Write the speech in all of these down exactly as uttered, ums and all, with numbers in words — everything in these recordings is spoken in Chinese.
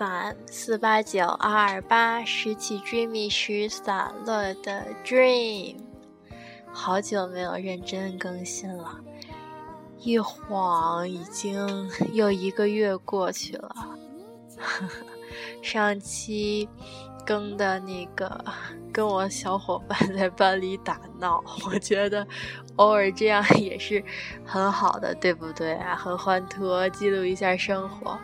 三四八九二二八，拾起 dreamy 时散落的 dream。好久没有认真更新了，一晃已经又一个月过去了。上期更的那个跟我小伙伴在班里打闹，我觉得偶尔这样也是很好的，对不对啊？很欢脱，记录一下生活。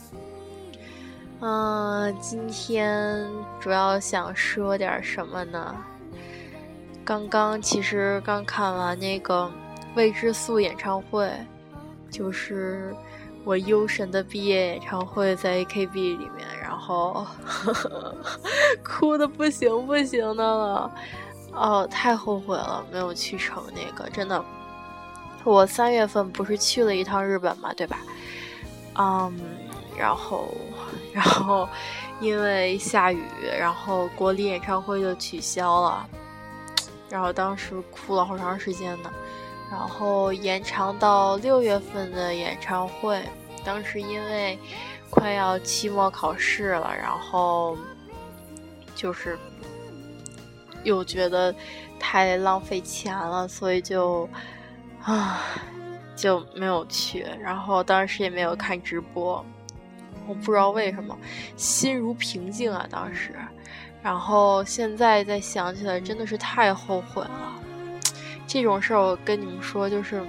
嗯、呃，今天主要想说点什么呢？刚刚其实刚看完那个未知数演唱会，就是我优神的毕业演唱会，在 A K B 里面，然后呵呵哭的不行不行的了，哦，太后悔了，没有去成那个，真的。我三月份不是去了一趟日本嘛，对吧？嗯，然后，然后因为下雨，然后国立演唱会就取消了，然后当时哭了好长时间呢。然后延长到六月份的演唱会，当时因为快要期末考试了，然后就是又觉得太浪费钱了，所以就啊就没有去。然后当时也没有看直播，我不知道为什么心如平静啊当时。然后现在再想起来真的是太后悔了。这种事儿我跟你们说，就是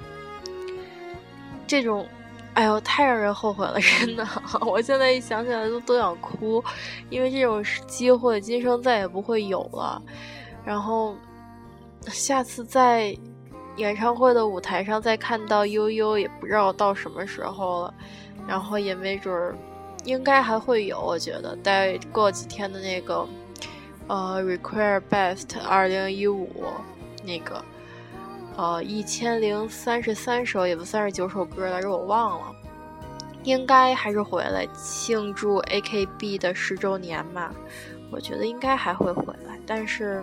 这种哎呦太让人后悔了，真的。我现在一想起来都都想哭，因为这种机会今生再也不会有了。然后下次在演唱会的舞台上再看到悠悠也不知道到什么时候了，然后也没准应该还会有，我觉得待过几天的那个呃 Require Best 二零一五那个呃，一千零三十三首，也不三十九首歌来着，我忘了，应该还是回来庆祝 A K B 的十周年嘛，我觉得应该还会回来，但是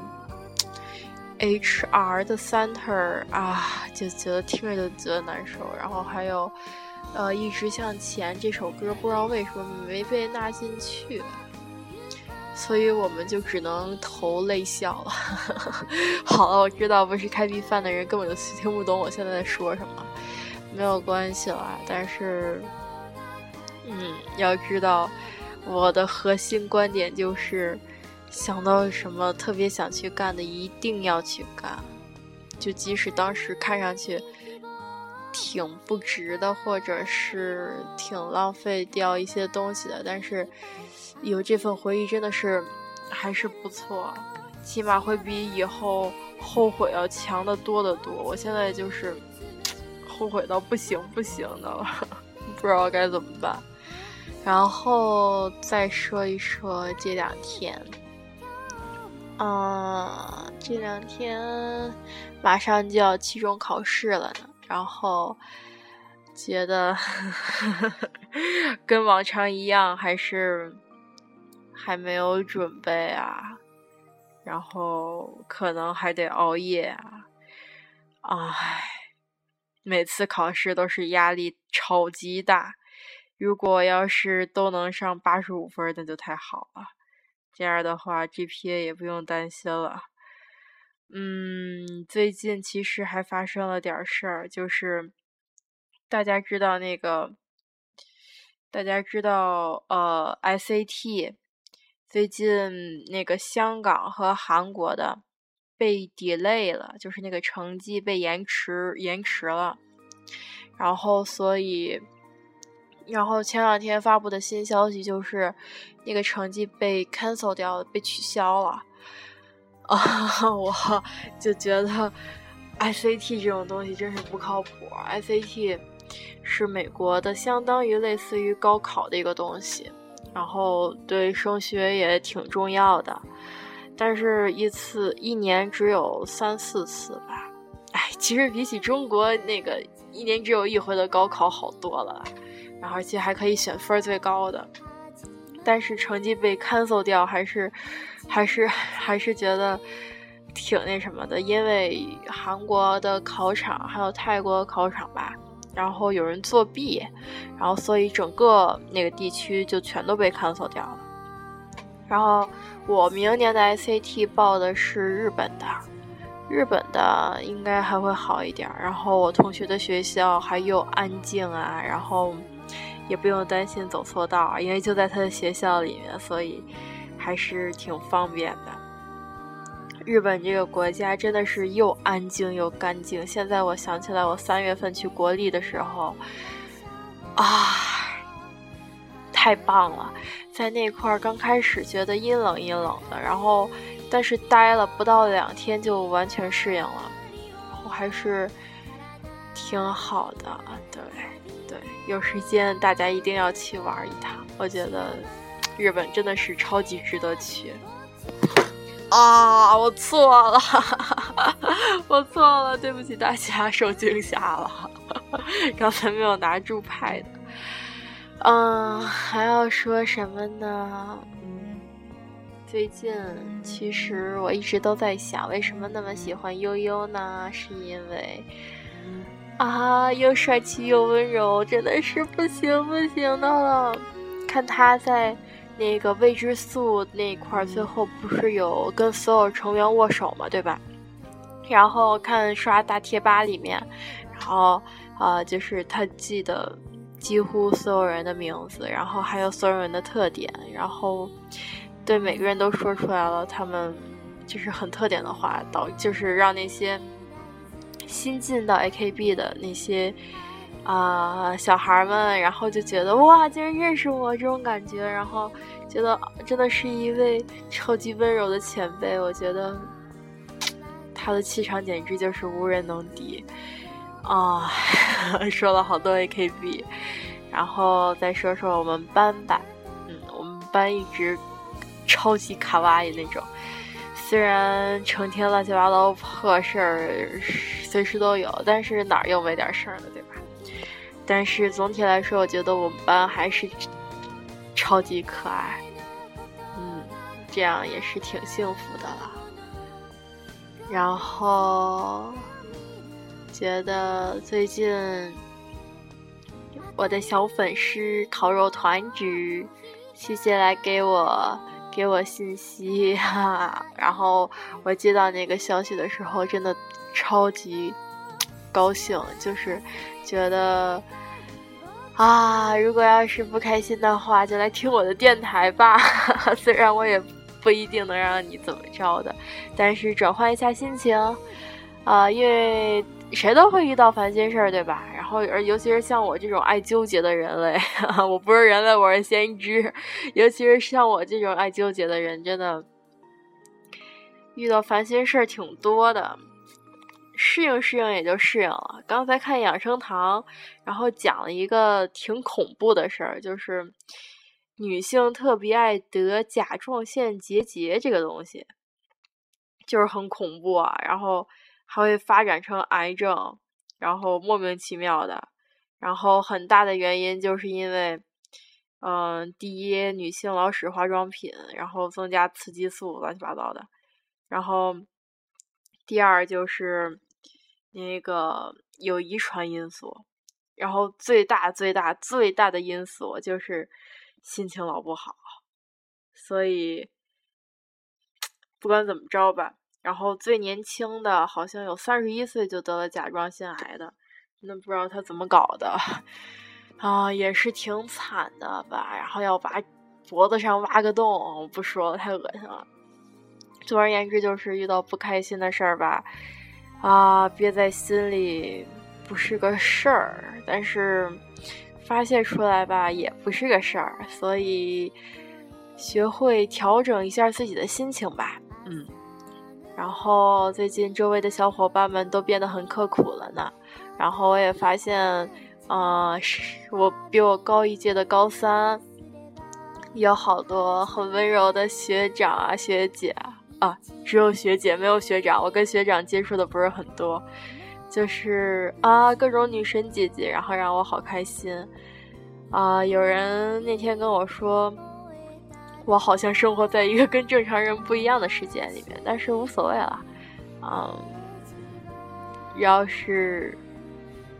H R 的 Center 啊，就觉得听着就觉得难受，然后还有呃，一直向前这首歌，不知道为什么没被纳进去。所以我们就只能投泪笑了。好了，我知道不是开闭饭的人根本就听不懂我现在在说什么，没有关系啦。但是，嗯，要知道我的核心观点就是，想到什么特别想去干的，一定要去干。就即使当时看上去挺不值的，或者是挺浪费掉一些东西的，但是有这份回忆真的是还是不错，起码会比以后后悔要强得多得多。我现在就是后悔到不行不行的了，不知道该怎么办。然后再说一说这两天，嗯，这两天马上就要期中考试了呢，然后觉得跟往常一样，还是还没有准备啊，然后可能还得熬夜啊，唉，每次考试都是压力超级大，如果要是都能上八十五分，那就太好了，这样的话 G P A 也不用担心了。嗯，最近其实还发生了点事儿，就是大家知道那个大家知道呃 S A T 最近那个香港和韩国的被 delay 了，就是那个成绩被延迟延迟了，然后所以然后前两天发布的新消息就是那个成绩被 cancel 掉了，被取消了啊。我就觉得 S A T 这种东西真是不靠谱。 S A T 是美国的相当于类似于高考的一个东西，然后对升学也挺重要的，但是一次一年只有三四次吧。哎，其实比起中国那个一年只有一回的高考好多了，然后而且还可以选分最高的，但是成绩被 cancel 掉还是还是还是觉得挺那什么的。因为韩国的考场还有泰国的考场吧， 然后有人作弊，然后所以整个那个地区就全都被 cancel 掉了。然后我明年的 S A T 报的是日本的，日本的应该还会好一点。然后我同学的学校还又安静啊，然后也不用担心走错道，因为就在他的学校里面，所以还是挺方便的。日本这个国家真的是又安静又干净。现在我想起来，我三月份去国立的时候，啊，太棒了！在那块儿刚开始觉得阴冷阴冷的，然后但是待了不到两天就完全适应了，然后还是挺好的。对对，有时间大家一定要去玩一趟，我觉得日本真的是超级值得去。啊，我错了，我错了，对不起大家，受惊吓了，刚才没有拿住拍的。嗯，还要说什么呢？嗯，最近其实我一直都在想，为什么那么喜欢悠悠呢？是因为啊，又帅气又温柔，真的是不行不行的了。看他在那个未知数那块最后不是有跟所有成员握手嘛，对吧？然后看刷大贴吧里面，然后呃就是他记得几乎所有人的名字，然后还有所有人的特点，然后对每个人都说出来了他们就是很特点的话，导就是让那些新进到 A K B 的那些啊、呃，小孩们，然后就觉得哇，竟然认识我这种感觉，然后觉得真的是一位超级温柔的前辈，我觉得他的气场简直就是无人能敌啊！说了好多 A K B， 然后再说说我们班吧，嗯，我们班一直超级卡哇伊那种，虽然成天乱七八糟破事儿随时都有，但是哪儿又没点事儿呢，对吧？但是总体来说，我觉得我们班还是超级可爱，嗯，这样也是挺幸福的了。然后觉得最近我的小粉丝烤肉团子，谢谢来给我给我信息哈哈，然后我接到那个消息的时候，真的超级高兴，就是觉得啊，如果要是不开心的话，就来听我的电台吧。虽然我也不一定能让你怎么着的，但是转换一下心情啊、呃，因为谁都会遇到烦心事儿，对吧？然后而尤其是像我这种爱纠结的人类，我不是人类，我是先知。尤其是像我这种爱纠结的人，真的遇到烦心事儿挺多的。适应适应也就适应了。刚才看养生堂，然后讲了一个挺恐怖的事儿，就是女性特别爱得甲状腺结节这个东西，就是很恐怖啊。然后还会发展成癌症，然后莫名其妙的。然后很大的原因就是因为，嗯、呃，第一，女性老使化妆品，然后增加雌激素，乱七八糟的。然后第二就是那个有遗传因素，然后最大最大最大的因素就是心情老不好，所以不管怎么着吧，然后最年轻的好像有三十一岁就得了甲状腺癌的，那不知道他怎么搞的啊，也是挺惨的吧，然后要把脖子上挖个洞，我不说了，太恶心了。总而言之，就是遇到不开心的事儿吧，啊，憋在心里不是个事儿，但是发泄出来吧，也不是个事儿，所以学会调整一下自己的心情吧，嗯。然后最近周围的小伙伴们都变得很刻苦了呢，然后我也发现，呃，我比我高一届的高三，有好多很温柔的学长啊、学姐啊。啊，只有学姐没有学长，我跟学长接触的不是很多，就是啊各种女神姐姐，然后让我好开心啊。有人那天跟我说，我好像生活在一个跟正常人不一样的世界里面，但是无所谓了，嗯，要是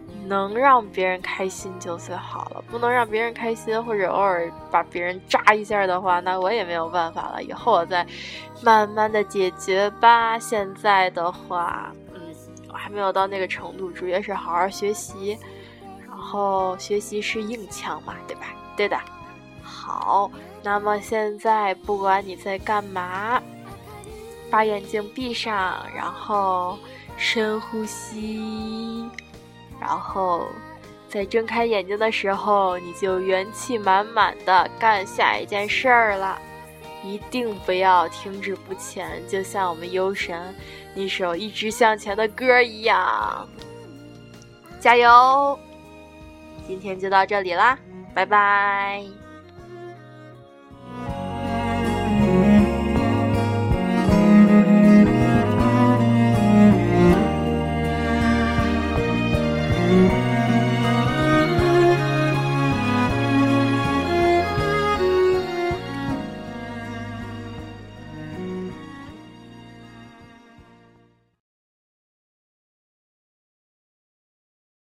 能让别人开心就最好了，不能让别人开心，或者偶尔把别人扎一下的话，那我也没有办法了，以后我再慢慢的解决吧。现在的话，嗯，我还没有到那个程度，主要是好好学习，然后学习是硬枪嘛，对吧？对的。好，那么现在不管你在干嘛，把眼睛闭上，然后深呼吸，然后在睁开眼睛的时候，你就元气满满的干下一件事儿了。一定不要停止不前，就像我们优神一首一直向前的歌一样。加油！今天就到这里啦，拜拜。